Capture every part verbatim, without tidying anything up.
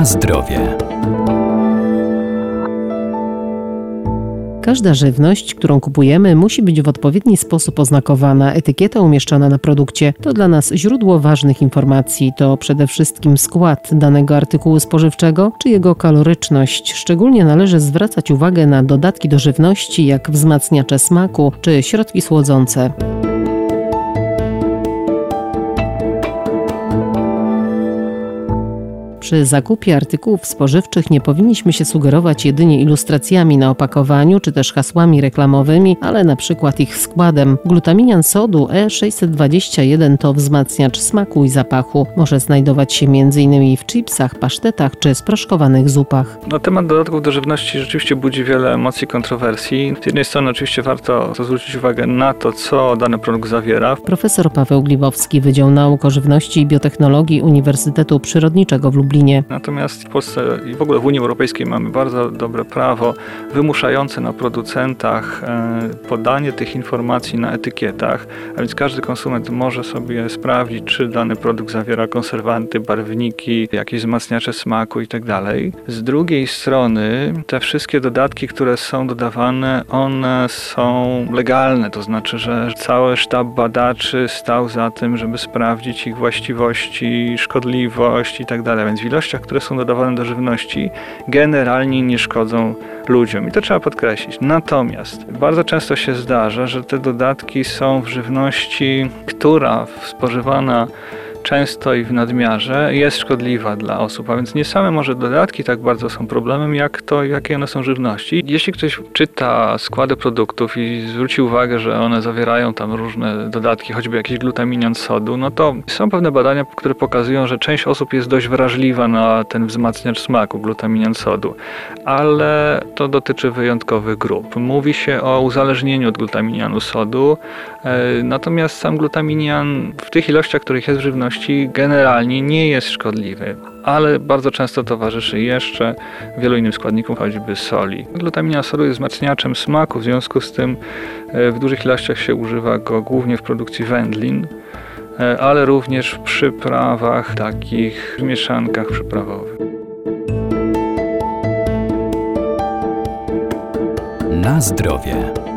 Na zdrowie. Każda żywność, którą kupujemy, musi być w odpowiedni sposób oznakowana. Etykieta umieszczona na produkcie to dla nas źródło ważnych informacji. To przede wszystkim skład danego artykułu spożywczego czy jego kaloryczność. Szczególnie należy zwracać uwagę na dodatki do żywności, jak wzmacniacze smaku czy środki słodzące. Przy zakupie artykułów spożywczych nie powinniśmy się sugerować jedynie ilustracjami na opakowaniu czy też hasłami reklamowymi, ale na przykład ich składem. Glutaminian sodu E sześćset dwadzieścia jeden to wzmacniacz smaku i zapachu. Może znajdować się między innymi w chipsach, pasztetach czy sproszkowanych zupach. No, temat dodatków do żywności rzeczywiście budzi wiele emocji i kontrowersji. Z jednej strony oczywiście warto zwrócić uwagę na to, co dany produkt zawiera. Profesor Paweł Gliwowski, Wydział Nauk o Żywności i Biotechnologii Uniwersytetu Przyrodniczego w Lublinie. Natomiast w Polsce i w ogóle w Unii Europejskiej mamy bardzo dobre prawo wymuszające na producentach podanie tych informacji na etykietach, a więc każdy konsument może sobie sprawdzić, czy dany produkt zawiera konserwanty, barwniki, jakieś wzmacniacze smaku itd. Z drugiej strony te wszystkie dodatki, które są dodawane, one są legalne, to znaczy, że cały sztab badaczy stał za tym, żeby sprawdzić ich właściwości, szkodliwość itd. Więc w ilościach, które są dodawane do żywności, generalnie nie szkodzą ludziom. I to trzeba podkreślić. Natomiast bardzo często się zdarza, że te dodatki są w żywności, która spożywana często i w nadmiarze jest szkodliwa dla osób, a więc nie same może dodatki tak bardzo są problemem, jak to, jakie one są żywności. Jeśli ktoś czyta składy produktów i zwróci uwagę, że one zawierają tam różne dodatki, choćby jakiś glutaminian sodu, no to są pewne badania, które pokazują, że część osób jest dość wrażliwa na ten wzmacniacz smaku, glutaminian sodu, ale to dotyczy wyjątkowych grup. Mówi się o uzależnieniu od glutaminianu sodu, natomiast sam glutaminian w tych ilościach, których jest w żywności, generalnie nie jest szkodliwy, ale bardzo często towarzyszy jeszcze wielu innym składnikom, choćby soli. Glutaminian sodu jest wzmacniaczem smaku, w związku z tym w dużych ilościach się używa go głównie w produkcji wędlin, ale również w przyprawach, takich mieszankach przyprawowych. Na zdrowie.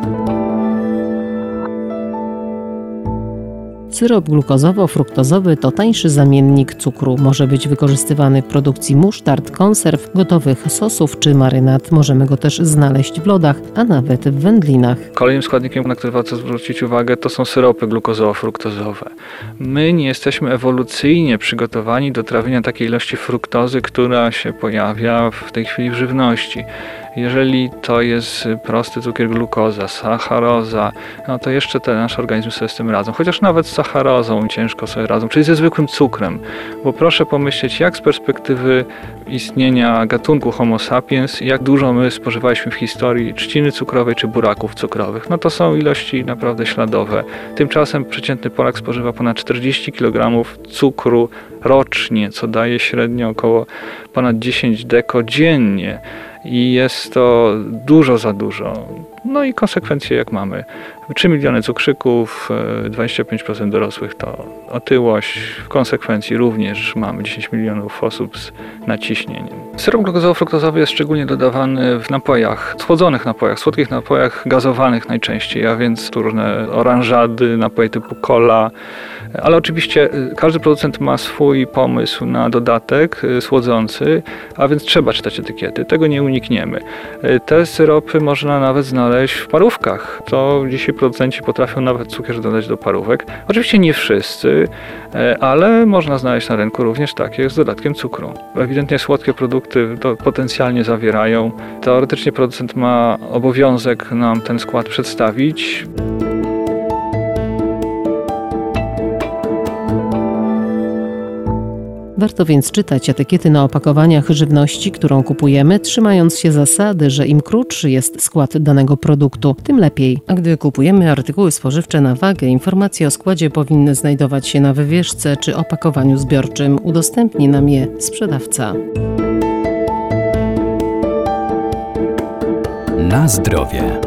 Syrop glukozowo-fruktozowy to tańszy zamiennik cukru. Może być wykorzystywany w produkcji musztard, konserw, gotowych sosów czy marynat. Możemy go też znaleźć w lodach, a nawet w wędlinach. Kolejnym składnikiem, na który warto zwrócić uwagę, to są syropy glukozowo-fruktozowe. My nie jesteśmy ewolucyjnie przygotowani do trawienia takiej ilości fruktozy, która się pojawia w tej chwili w żywności. Jeżeli to jest prosty cukier glukoza, sacharoza, no to jeszcze te nasze organizmy sobie z tym radzą. Chociaż nawet z sacharozą ciężko sobie radzą, czyli ze zwykłym cukrem. Bo proszę pomyśleć, jak z perspektywy istnienia gatunku Homo sapiens, jak dużo my spożywaliśmy w historii trzciny cukrowej czy buraków cukrowych. No to są ilości naprawdę śladowe. Tymczasem przeciętny Polak spożywa ponad czterdzieści kilogramów cukru rocznie, co daje średnio około ponad dziesięć deko dziennie. I jest to dużo za dużo. No i konsekwencje jak mamy. trzy miliony cukrzyków, dwadzieścia pięć procent dorosłych to otyłość. W konsekwencji również mamy dziesięć milionów osób z nadciśnieniem. Syrop glukozowo-fruktozowy jest szczególnie dodawany w napojach, słodzonych napojach, słodkich napojach gazowanych najczęściej, a więc tu różne oranżady, napoje typu cola. Ale oczywiście każdy producent ma swój pomysł na dodatek słodzący, a więc trzeba czytać etykiety. Tego nie unikniemy. Te syropy można nawet znaleźć w parówkach. To dzisiaj producenci potrafią nawet cukier dodać do parówek. Oczywiście nie wszyscy, ale można znaleźć na rynku również takie z dodatkiem cukru. Ewidentnie słodkie produkty to potencjalnie zawierają. Teoretycznie producent ma obowiązek nam ten skład przedstawić. Warto więc czytać etykiety na opakowaniach żywności, którą kupujemy, trzymając się zasady, że im krótszy jest skład danego produktu, tym lepiej. A gdy kupujemy artykuły spożywcze na wagę, informacje o składzie powinny znajdować się na wywieszce czy opakowaniu zbiorczym. Udostępni nam je sprzedawca. Na zdrowie.